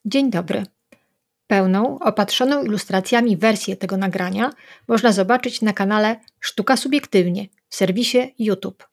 Dzień dobry. Pełną, opatrzoną ilustracjami wersję tego nagrania można zobaczyć na kanale Sztuka Subiektywnie w serwisie YouTube.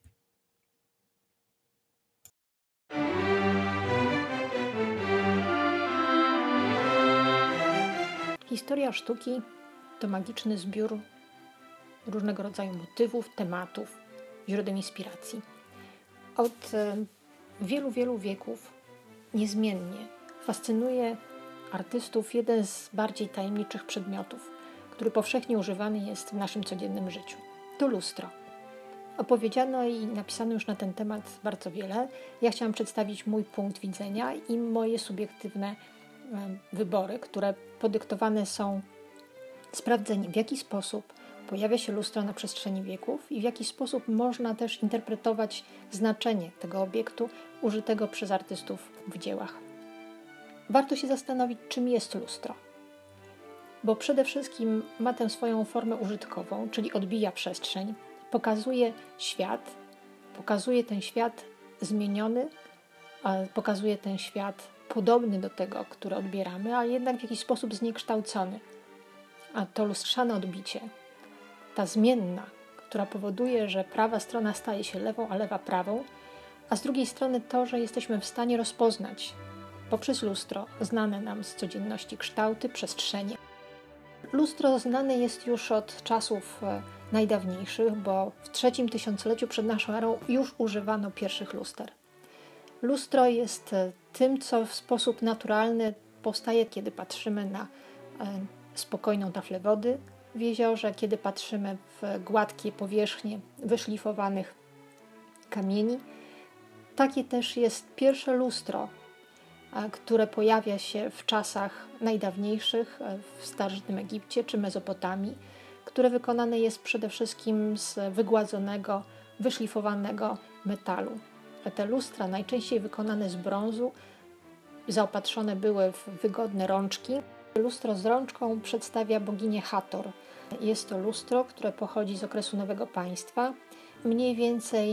Historia sztuki to magiczny zbiór różnego rodzaju motywów, tematów, źródeł inspiracji. Od wielu wieków niezmiennie fascynuje artystów jeden z bardziej tajemniczych przedmiotów, który powszechnie używany jest w naszym codziennym życiu. To lustro. Opowiedziano i napisano już na ten temat bardzo wiele. Ja chciałam przedstawić mój punkt widzenia i moje subiektywne wybory, które podyktowane są sprawdzeniem, w jaki sposób pojawia się lustro na przestrzeni wieków i w jaki sposób można też interpretować znaczenie tego obiektu użytego przez artystów w dziełach. Warto się zastanowić, czym jest lustro, bo przede wszystkim ma tę swoją formę użytkową, czyli odbija przestrzeń, pokazuje ten świat zmieniony, pokazuje ten świat podobny do tego, który odbieramy, ale jednak w jakiś sposób zniekształcony. A to lustrzane odbicie, ta zmienna, która powoduje, że prawa strona staje się lewą, a lewa prawą, a z drugiej strony to, że jesteśmy w stanie rozpoznać poprzez lustro znane nam z codzienności kształty, przestrzenie. Lustro znane jest już od czasów najdawniejszych, bo w III tysiącleciu przed naszą erą już używano pierwszych luster. Lustro jest tym, co w sposób naturalny powstaje, kiedy patrzymy na spokojną taflę wody w jeziorze, kiedy patrzymy w gładkie powierzchnie wyszlifowanych kamieni. Takie też jest pierwsze lustro, które pojawia się w czasach najdawniejszych w starożytnym Egipcie czy Mezopotamii, które wykonane jest przede wszystkim z wygładzonego, wyszlifowanego metalu. Te lustra, najczęściej wykonane z brązu, zaopatrzone były w wygodne rączki. Lustro z rączką przedstawia boginię Hathor. Jest to lustro, które pochodzi z okresu Nowego Państwa, mniej więcej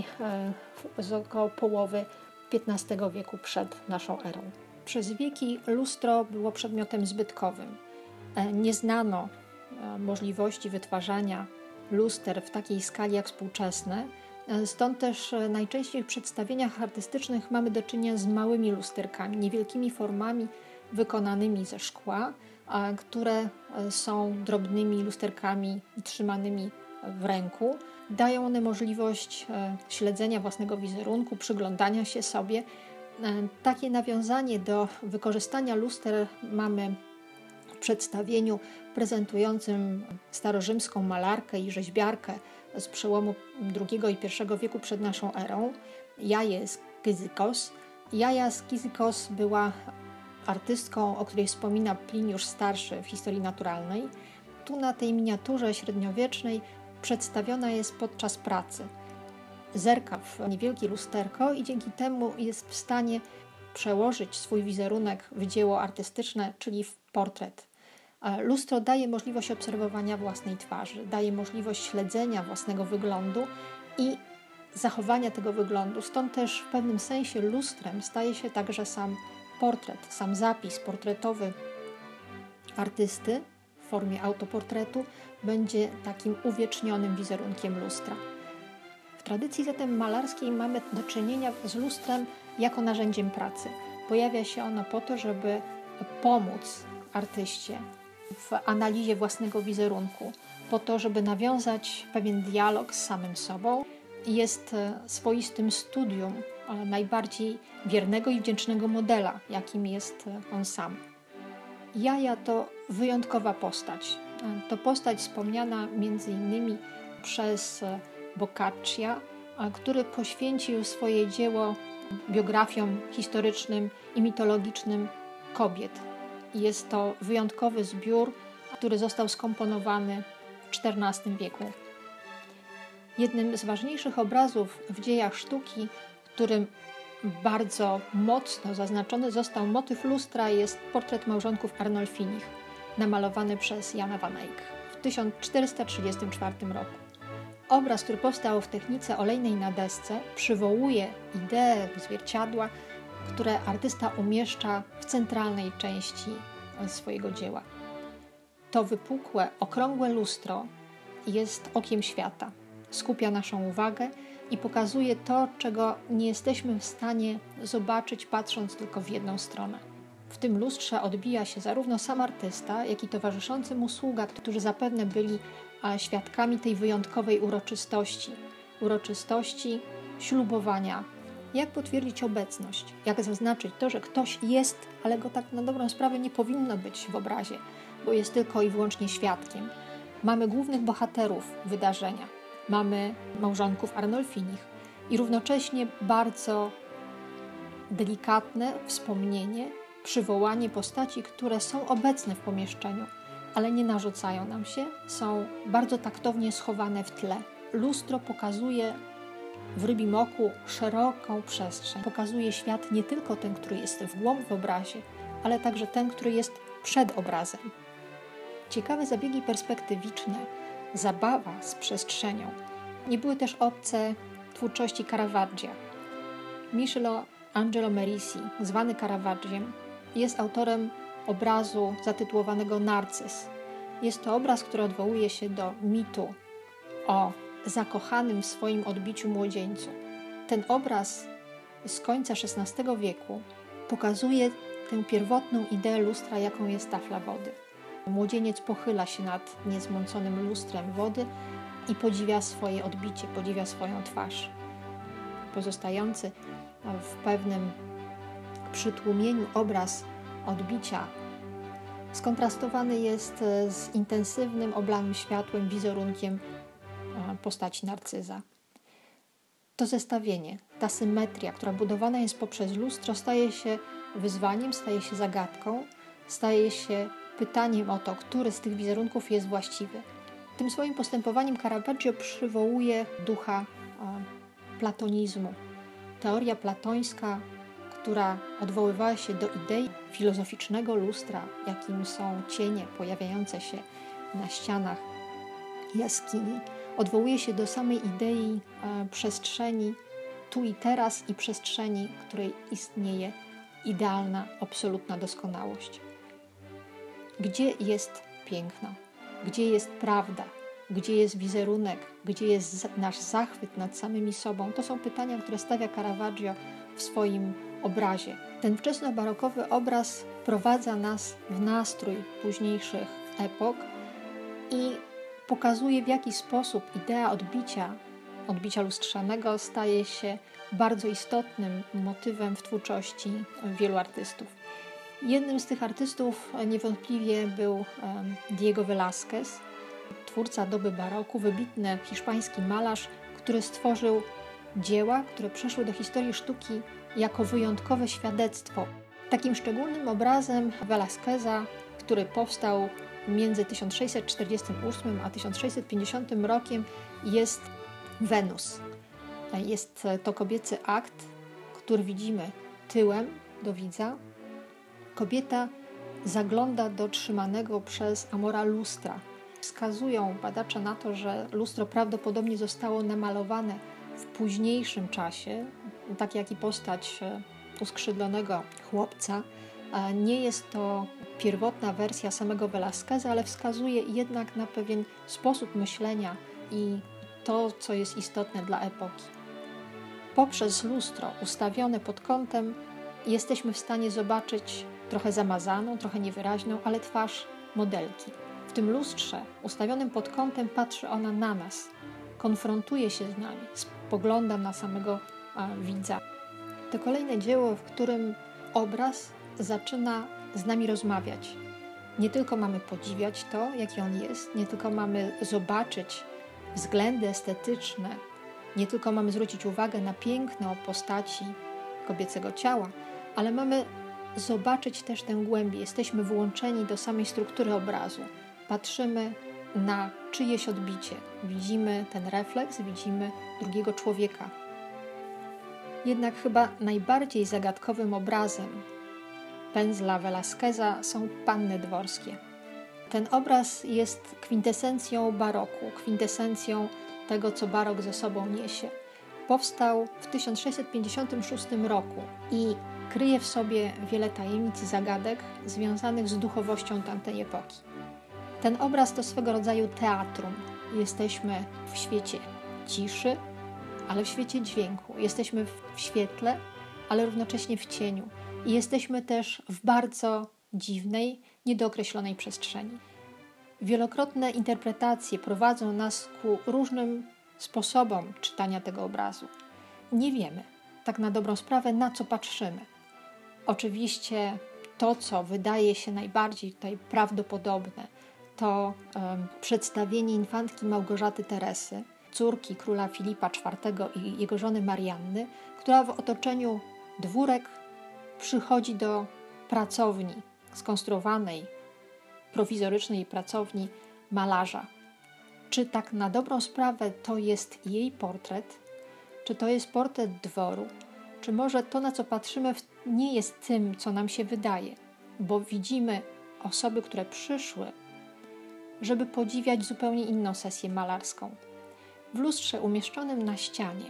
z około połowy XV wieku przed naszą erą. Przez wieki lustro było przedmiotem zbytkowym. Nie znano możliwości wytwarzania luster w takiej skali jak współczesne, stąd też najczęściej w przedstawieniach artystycznych mamy do czynienia z małymi lusterkami, niewielkimi formami wykonanymi ze szkła, które są drobnymi lusterkami trzymanymi w ręku. Dają one możliwość śledzenia własnego wizerunku, przyglądania się sobie. Takie nawiązanie do wykorzystania luster mamy w przedstawieniu prezentującym starorzymską malarkę i rzeźbiarkę z przełomu II i I wieku przed naszą erą, Jaję z Kyzykos. Jaja z Kyzykos była artystką, o której wspomina Pliniusz Starszy w historii naturalnej. Tu na tej miniaturze średniowiecznej przedstawiona jest podczas pracy. Zerka w niewielkie lusterko i dzięki temu jest w stanie przełożyć swój wizerunek w dzieło artystyczne, czyli w portret. Lustro daje możliwość obserwowania własnej twarzy, daje możliwość śledzenia własnego wyglądu i zachowania tego wyglądu. Stąd też w pewnym sensie lustrem staje się także sam portret, sam zapis portretowy artysty w formie autoportretu będzie takim uwiecznionym wizerunkiem lustra. W tradycji zatem malarskiej mamy do czynienia z lustrem jako narzędziem pracy. Pojawia się ono po to, żeby pomóc artyście w analizie własnego wizerunku, po to, żeby nawiązać pewien dialog z samym sobą. Jest swoistym studium najbardziej wiernego i wdzięcznego modela, jakim jest on sam. Jaja to wyjątkowa postać. To postać wspomniana m.in. przez Boccaccia, który poświęcił swoje dzieło biografiom historycznym i mitologicznym kobiet. Jest to wyjątkowy zbiór, który został skomponowany w XIV wieku. Jednym z ważniejszych obrazów w dziejach sztuki, którym bardzo mocno zaznaczony został motyw lustra, jest portret małżonków Arnolfinich, namalowany przez Jana van Eyck w 1434 roku. Obraz, który powstał w technice olejnej na desce, przywołuje ideę zwierciadła które artysta umieszcza w centralnej części swojego dzieła. To wypukłe, okrągłe lustro jest okiem świata. Skupia naszą uwagę i pokazuje to, czego nie jesteśmy w stanie zobaczyć, patrząc tylko w jedną stronę. W tym lustrze odbija się zarówno sam artysta, jak i towarzyszący mu sługa, którzy zapewne byli świadkami tej wyjątkowej uroczystości ślubowania. Jak potwierdzić obecność? Jak zaznaczyć to, że ktoś jest, ale go tak na dobrą sprawę nie powinno być w obrazie, bo jest tylko i wyłącznie świadkiem. Mamy głównych bohaterów wydarzenia. Mamy małżonków Arnolfinich i równocześnie bardzo delikatne wspomnienie, przywołanie postaci, które są obecne w pomieszczeniu, ale nie narzucają nam się, są bardzo taktownie schowane w tle. Lustro pokazuje w rybim oku szeroką przestrzeń. Pokazuje świat nie tylko ten, który jest w głąb w obrazie, ale także ten, który jest przed obrazem. Ciekawe zabiegi perspektywiczne, zabawa z przestrzenią nie były też obce twórczości Caravaggia. Michelangelo Merisi, zwany Caravaggiem, jest autorem obrazu zatytułowanego Narcyz. Jest to obraz, który odwołuje się do mitu o zakochanym w swoim odbiciu młodzieńcu. Ten obraz z końca XVI wieku pokazuje tę pierwotną ideę lustra, jaką jest tafla wody. Młodzieniec pochyla się nad niezmąconym lustrem wody i podziwia swoje odbicie, podziwia swoją twarz. Pozostający w pewnym przytłumieniu obraz odbicia skontrastowany jest z intensywnym, oblanym światłem wizerunkiem postaci Narcyza. To zestawienie, ta symetria, która budowana jest poprzez lustro, staje się wyzwaniem, staje się zagadką, staje się pytaniem o to, który z tych wizerunków jest właściwy. Tym swoim postępowaniem Caravaggio przywołuje ducha platonizmu. Teoria platońska, która odwoływała się do idei filozoficznego lustra, jakim są cienie pojawiające się na ścianach jaskini, odwołuje się do samej idei przestrzeni tu i teraz i przestrzeni, w której istnieje idealna, absolutna doskonałość. Gdzie jest piękno? Gdzie jest prawda? Gdzie jest wizerunek? Gdzie jest nasz zachwyt nad samymi sobą? To są pytania, które stawia Caravaggio w swoim obrazie. Ten wczesnobarokowy obraz wprowadza nas w nastrój późniejszych epok i pokazuje, w jaki sposób idea odbicia lustrzanego staje się bardzo istotnym motywem w twórczości wielu artystów. Jednym z tych artystów niewątpliwie był Diego Velázquez, twórca doby baroku, wybitny hiszpański malarz, który stworzył dzieła, które przeszły do historii sztuki jako wyjątkowe świadectwo. Takim szczególnym obrazem Velázqueza, który powstał między 1648 a 1650 rokiem, jest Wenus. Jest to kobiecy akt, który widzimy tyłem do widza. Kobieta zagląda do trzymanego przez Amora lustra. Wskazują badacze na to, że lustro prawdopodobnie zostało namalowane w późniejszym czasie, tak jak i postać uskrzydlonego chłopca. Nie jest to pierwotna wersja samego Velázqueza, ale wskazuje jednak na pewien sposób myślenia i to, co jest istotne dla epoki. Poprzez lustro ustawione pod kątem jesteśmy w stanie zobaczyć trochę zamazaną, trochę niewyraźną, ale twarz modelki. W tym lustrze ustawionym pod kątem patrzy ona na nas, konfrontuje się z nami, spogląda na samego widza. To kolejne dzieło, w którym obraz zaczyna z nami rozmawiać. Nie tylko mamy podziwiać to, jaki on jest, nie tylko mamy zobaczyć względy estetyczne, nie tylko mamy zwrócić uwagę na piękno postaci kobiecego ciała, ale mamy zobaczyć też tę głębię. Jesteśmy włączeni do samej struktury obrazu. Patrzymy na czyjeś odbicie. Widzimy ten refleks, widzimy drugiego człowieka. Jednak chyba najbardziej zagadkowym obrazem pędzla Velázqueza są panny dworskie. Ten obraz jest kwintesencją baroku, kwintesencją tego, co barok ze sobą niesie. Powstał w 1656 roku i kryje w sobie wiele tajemnic i zagadek związanych z duchowością tamtej epoki. Ten obraz to swego rodzaju teatrum. Jesteśmy w świecie ciszy, ale w świecie dźwięku. Jesteśmy w świetle, ale równocześnie w cieniu. I jesteśmy też w bardzo dziwnej, niedookreślonej przestrzeni. Wielokrotne interpretacje prowadzą nas ku różnym sposobom czytania tego obrazu. Nie wiemy, tak na dobrą sprawę, na co patrzymy. Oczywiście to, co wydaje się najbardziej tutaj prawdopodobne, to przedstawienie infantki Małgorzaty Teresy, córki króla Filipa IV i jego żony Marianny, która w otoczeniu dwórek przychodzi do pracowni, skonstruowanej, prowizorycznej pracowni malarza. Czy tak na dobrą sprawę to jest jej portret? Czy to jest portret dworu? Czy może to, na co patrzymy, nie jest tym, co nam się wydaje? Bo widzimy osoby, które przyszły, żeby podziwiać zupełnie inną sesję malarską. W lustrze umieszczonym na ścianie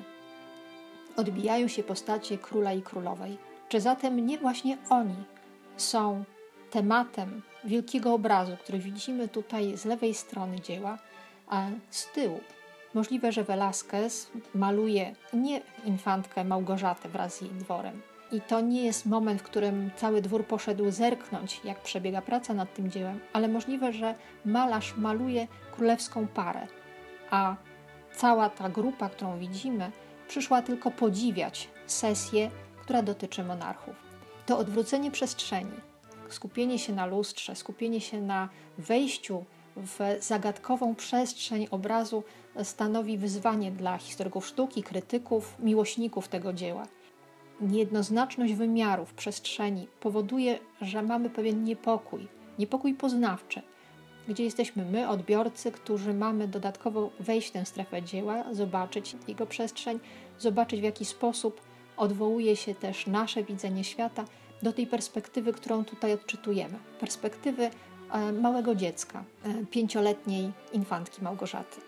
odbijają się postacie króla i królowej. Czy zatem nie właśnie oni są tematem wielkiego obrazu, który widzimy tutaj z lewej strony dzieła, a z tyłu możliwe, że Velázquez maluje nie infantkę Małgorzatę wraz z jej dworem. I to nie jest moment, w którym cały dwór poszedł zerknąć, jak przebiega praca nad tym dziełem, ale możliwe, że malarz maluje królewską parę, a cała ta grupa, którą widzimy, przyszła tylko podziwiać sesję, która dotyczy monarchów. To odwrócenie przestrzeni, skupienie się na lustrze, skupienie się na wejściu w zagadkową przestrzeń obrazu stanowi wyzwanie dla historyków sztuki, krytyków, miłośników tego dzieła. Niejednoznaczność wymiarów przestrzeni powoduje, że mamy pewien niepokój poznawczy, gdzie jesteśmy my, odbiorcy, którzy mamy dodatkowo wejść w tę strefę dzieła, zobaczyć jego przestrzeń, zobaczyć, w jaki sposób odwołuje się też nasze widzenie świata do tej perspektywy, którą tutaj odczytujemy. Perspektywy małego dziecka, 5-letniej infantki Małgorzaty.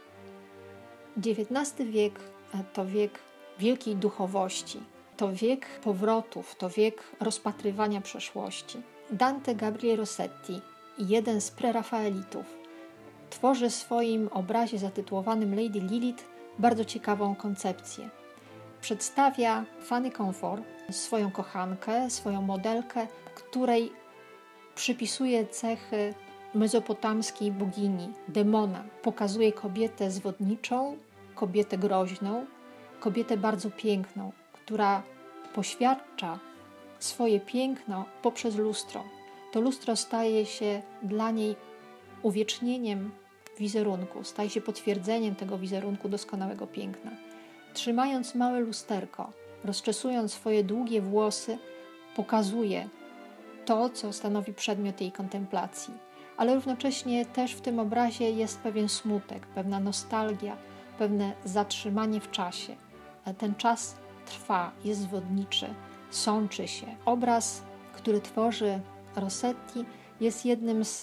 XIX wiek to wiek wielkiej duchowości, to wiek powrotów, to wiek rozpatrywania przeszłości. Dante Gabriel Rossetti, jeden z prerafaelitów, tworzy w swoim obrazie zatytułowanym Lady Lilith bardzo ciekawą koncepcję. Przedstawia Fanny Comfort, swoją kochankę, swoją modelkę, której przypisuje cechy mezopotamskiej bogini, demona. Pokazuje kobietę zwodniczą, kobietę groźną, kobietę bardzo piękną, która poświadcza swoje piękno poprzez lustro. To lustro staje się dla niej uwiecznieniem wizerunku, staje się potwierdzeniem tego wizerunku doskonałego piękna. Trzymając małe lusterko, rozczesując swoje długie włosy, pokazuje to, co stanowi przedmiot jej kontemplacji. Ale równocześnie też w tym obrazie jest pewien smutek, pewna nostalgia, pewne zatrzymanie w czasie. Ten czas trwa, jest zwodniczy, sączy się. Obraz, który tworzy Rossetti, jest jednym z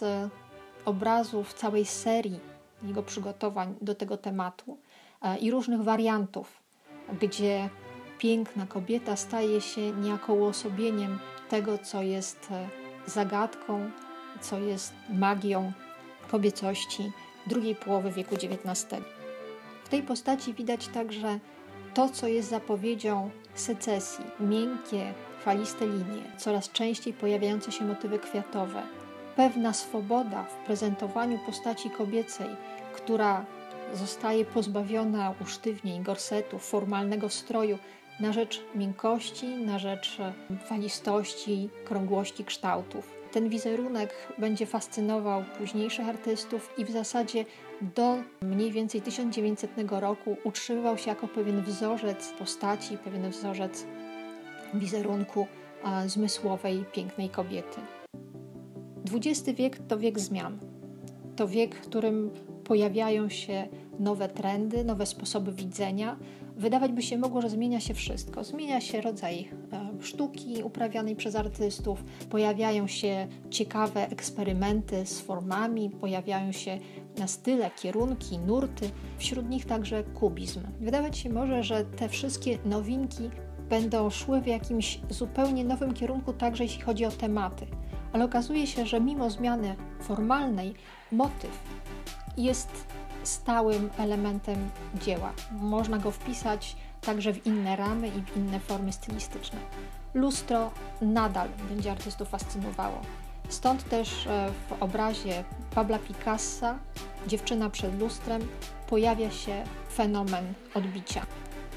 obrazów całej serii jego przygotowań do tego tematu i różnych wariantów, gdzie piękna kobieta staje się niejako uosobieniem tego, co jest zagadką, co jest magią kobiecości drugiej połowy wieku XIX. W tej postaci widać także to, co jest zapowiedzią secesji. Miękkie, faliste linie, coraz częściej pojawiające się motywy kwiatowe. Pewna swoboda w prezentowaniu postaci kobiecej, która zostaje pozbawiona usztywnień, gorsetów, formalnego stroju na rzecz miękkości, na rzecz falistości, krągłości kształtów. Ten wizerunek będzie fascynował późniejszych artystów i w zasadzie do mniej więcej 1900 roku utrzymywał się jako pewien wzorzec postaci, pewien wzorzec wizerunku zmysłowej, pięknej kobiety. XX wiek to wiek zmian. To wiek, w którym pojawiają się nowe trendy, nowe sposoby widzenia. Wydawać by się mogło, że zmienia się wszystko. Zmienia się rodzaj sztuki uprawianej przez artystów, pojawiają się ciekawe eksperymenty z formami, pojawiają się style, kierunki, nurty, wśród nich także kubizm. Wydawać się może, że te wszystkie nowinki będą szły w jakimś zupełnie nowym kierunku, także jeśli chodzi o tematy. Ale okazuje się, że mimo zmiany formalnej, motyw jest stałym elementem dzieła. Można go wpisać także w inne ramy i w inne formy stylistyczne. Lustro nadal będzie artystów fascynowało. Stąd też w obrazie Pabla Picassa, Dziewczyna przed lustrem, pojawia się fenomen odbicia.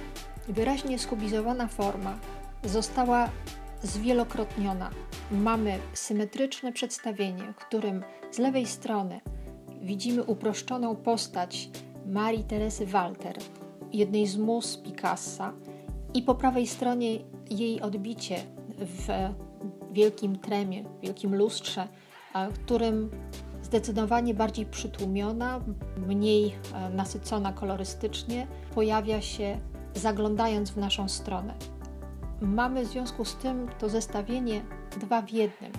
Wyraźnie skubizowana forma została zwielokrotniona. Mamy symetryczne przedstawienie, w którym z lewej strony widzimy uproszczoną postać Marii Teresy Walter, jednej z mus Picassa, i po prawej stronie jej odbicie w wielkim tremie, wielkim lustrze, w którym zdecydowanie bardziej przytłumiona, mniej nasycona kolorystycznie, pojawia się, zaglądając w naszą stronę. Mamy w związku z tym to zestawienie dwa w jednym.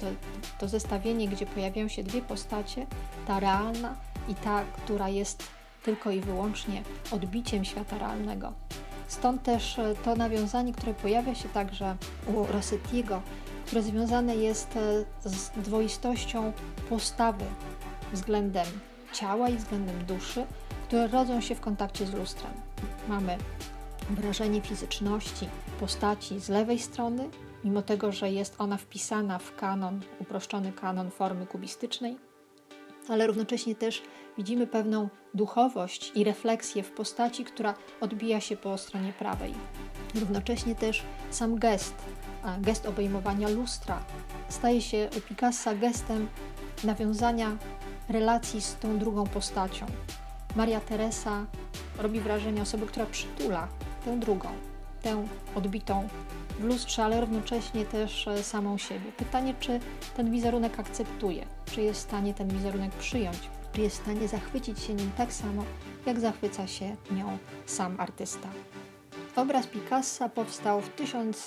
To zestawienie, gdzie pojawiają się dwie postacie, ta realna i ta, która jest tylko i wyłącznie odbiciem świata realnego. Stąd też to nawiązanie, które pojawia się także u Rossettiego, które związane jest z dwoistością postawy względem ciała i względem duszy, które rodzą się w kontakcie z lustrem. Mamy wrażenie fizyczności postaci z lewej strony, mimo tego, że jest ona wpisana w kanon, uproszczony kanon formy kubistycznej, ale równocześnie też widzimy pewną duchowość i refleksję w postaci, która odbija się po stronie prawej. Równocześnie też sam gest obejmowania lustra staje się u Picassa gestem nawiązania relacji z tą drugą postacią. Maria Teresa robi wrażenie osoby, która przytula tę drugą, tę odbitą w lustrze, ale równocześnie też samą siebie. Pytanie, czy ten wizerunek akceptuje, czy jest w stanie ten wizerunek przyjąć, czy jest w stanie zachwycić się nim tak samo, jak zachwyca się nią sam artysta. Obraz Picassa powstał w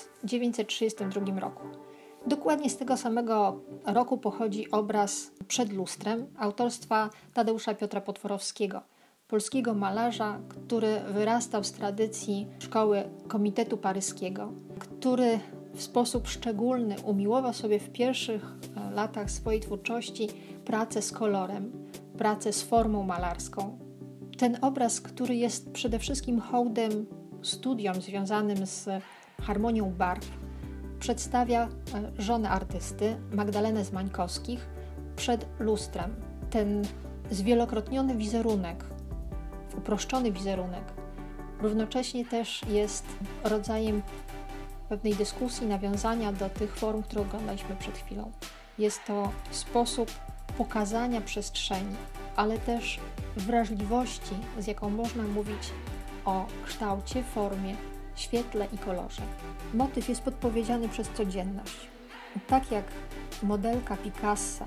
1932 roku. Dokładnie z tego samego roku pochodzi obraz Przed lustrem autorstwa Tadeusza Piotra Potworowskiego, polskiego malarza, który wyrastał z tradycji szkoły Komitetu Paryskiego, który w sposób szczególny umiłował sobie w pierwszych latach swojej twórczości pracę z kolorem, pracę z formą malarską. Ten obraz, który jest przede wszystkim hołdem studiom związanym z harmonią barw, przedstawia żonę artysty, Magdalenę z Mańkowskich, przed lustrem. Ten zwielokrotniony wizerunek, uproszczony wizerunek, równocześnie też jest rodzajem pewnej dyskusji, nawiązania do tych form, które oglądaliśmy przed chwilą. Jest to sposób pokazania przestrzeni, ale też wrażliwości, z jaką można mówić o kształcie, formie, świetle i kolorze. Motyw jest podpowiedziany przez codzienność. Tak jak modelka Picassa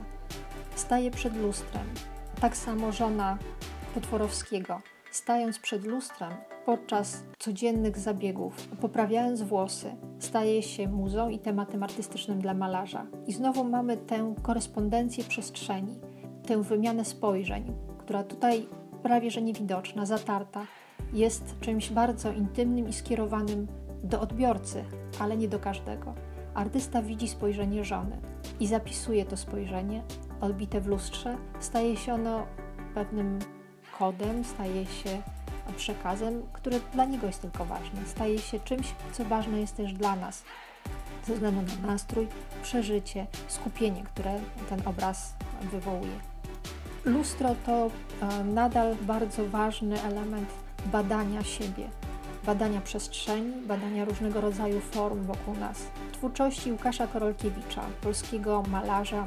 staje przed lustrem, tak samo żona Potworowskiego, stając przed lustrem podczas codziennych zabiegów, poprawiając włosy, staje się muzą i tematem artystycznym dla malarza. I znowu mamy tę korespondencję przestrzeni, tę wymianę spojrzeń, która tutaj prawie że niewidoczna, zatarta, jest czymś bardzo intymnym i skierowanym do odbiorcy, ale nie do każdego. Artysta widzi spojrzenie żony i zapisuje to spojrzenie odbite w lustrze. Staje się ono pewnym kodem, staje się przekazem, który dla niego jest tylko ważny. Staje się czymś, co ważne jest też dla nas, ze względu na nastrój, przeżycie, skupienie, które ten obraz wywołuje. Lustro to nadal bardzo ważny element badania siebie, badania przestrzeni, badania różnego rodzaju form wokół nas. W twórczości Łukasza Korolkiewicza, polskiego malarza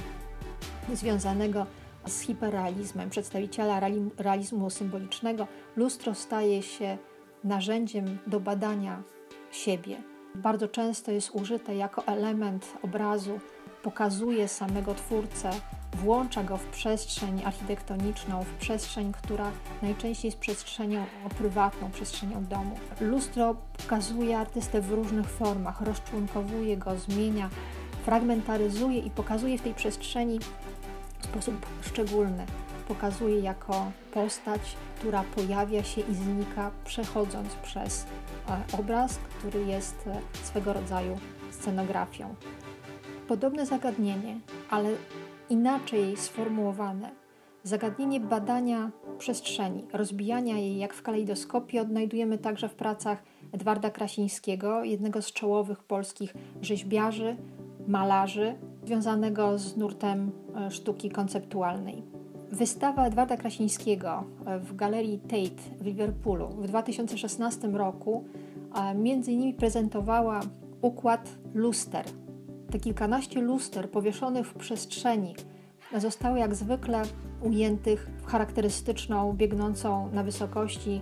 związanego z hiperrealizmem, przedstawiciela realizmu symbolicznego, lustro staje się narzędziem do badania siebie. Bardzo często jest użyte jako element obrazu, pokazuje samego twórcę, włącza go w przestrzeń architektoniczną, w przestrzeń, która najczęściej jest przestrzenią prywatną, przestrzenią domu. Lustro pokazuje artystę w różnych formach, rozczłonkowuje go, zmienia, fragmentaryzuje i pokazuje w tej przestrzeni w sposób szczególny pokazuje jako postać, która pojawia się i znika, przechodząc przez obraz, który jest swego rodzaju scenografią. Podobne zagadnienie, ale inaczej sformułowane, zagadnienie badania przestrzeni, rozbijania jej jak w kalejdoskopie odnajdujemy także w pracach Edwarda Krasińskiego, jednego z czołowych polskich rzeźbiarzy, malarzy, związanego z nurtem sztuki konceptualnej. Wystawa Edwarda Krasińskiego w Galerii Tate w Liverpoolu w 2016 roku między innymi prezentowała układ luster. Te kilkanaście luster powieszonych w przestrzeni zostało jak zwykle ujętych w charakterystyczną, biegnącą na wysokości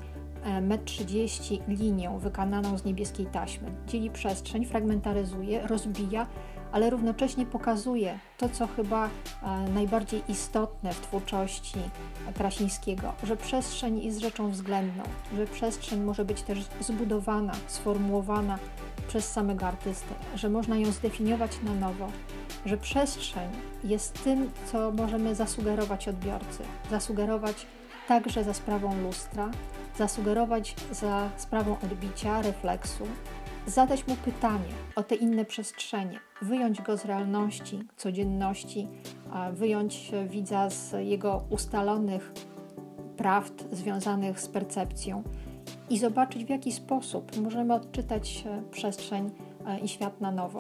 1,30 m linią wykonaną z niebieskiej taśmy. Dzieli przestrzeń, fragmentaryzuje, rozbija, ale równocześnie pokazuje to, co chyba najbardziej istotne w twórczości Krasińskiego, że przestrzeń jest rzeczą względną, że przestrzeń może być też zbudowana, sformułowana przez samego artystę, że można ją zdefiniować na nowo, że przestrzeń jest tym, co możemy zasugerować odbiorcy, zasugerować także za sprawą lustra, zasugerować za sprawą odbicia, refleksu, zadać mu pytanie o te inne przestrzenie, wyjąć go z realności, codzienności, wyjąć widza z jego ustalonych prawd związanych z percepcją i zobaczyć, w jaki sposób możemy odczytać przestrzeń i świat na nowo.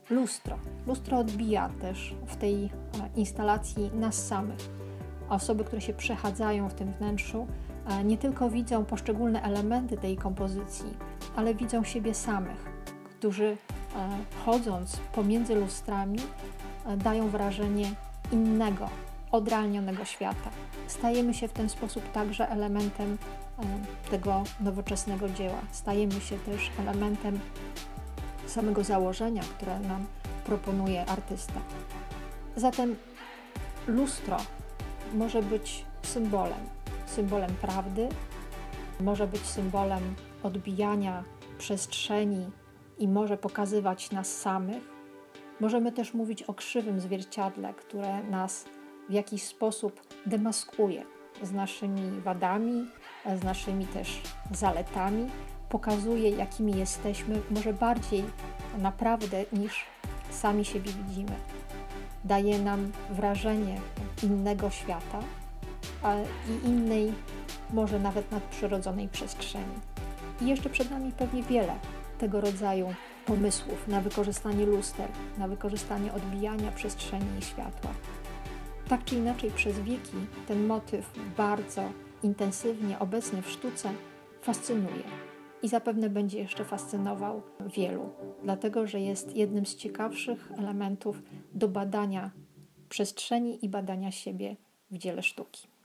Lustro odbija też w tej instalacji nas samych. Osoby, które się przechadzają w tym wnętrzu, nie tylko widzą poszczególne elementy tej kompozycji, ale widzą siebie samych, którzy chodząc pomiędzy lustrami dają wrażenie innego, odrealnionego świata. Stajemy się w ten sposób także elementem tego nowoczesnego dzieła. Stajemy się też elementem samego założenia, które nam proponuje artysta. Zatem lustro może być symbolem prawdy, może być symbolem odbijania przestrzeni i może pokazywać nas samych. Możemy też mówić o krzywym zwierciadle, które nas w jakiś sposób demaskuje z naszymi wadami, z naszymi też zaletami, pokazuje, jakimi jesteśmy, może bardziej naprawdę niż sami siebie widzimy. Daje nam wrażenie innego świata i innej, może nawet nadprzyrodzonej przestrzeni. I jeszcze przed nami pewnie wiele tego rodzaju pomysłów na wykorzystanie luster, na wykorzystanie odbijania przestrzeni i światła. Tak czy inaczej przez wieki ten motyw bardzo intensywnie obecny w sztuce fascynuje i zapewne będzie jeszcze fascynował wielu, dlatego że jest jednym z ciekawszych elementów do badania przestrzeni i badania siebie w dziele sztuki.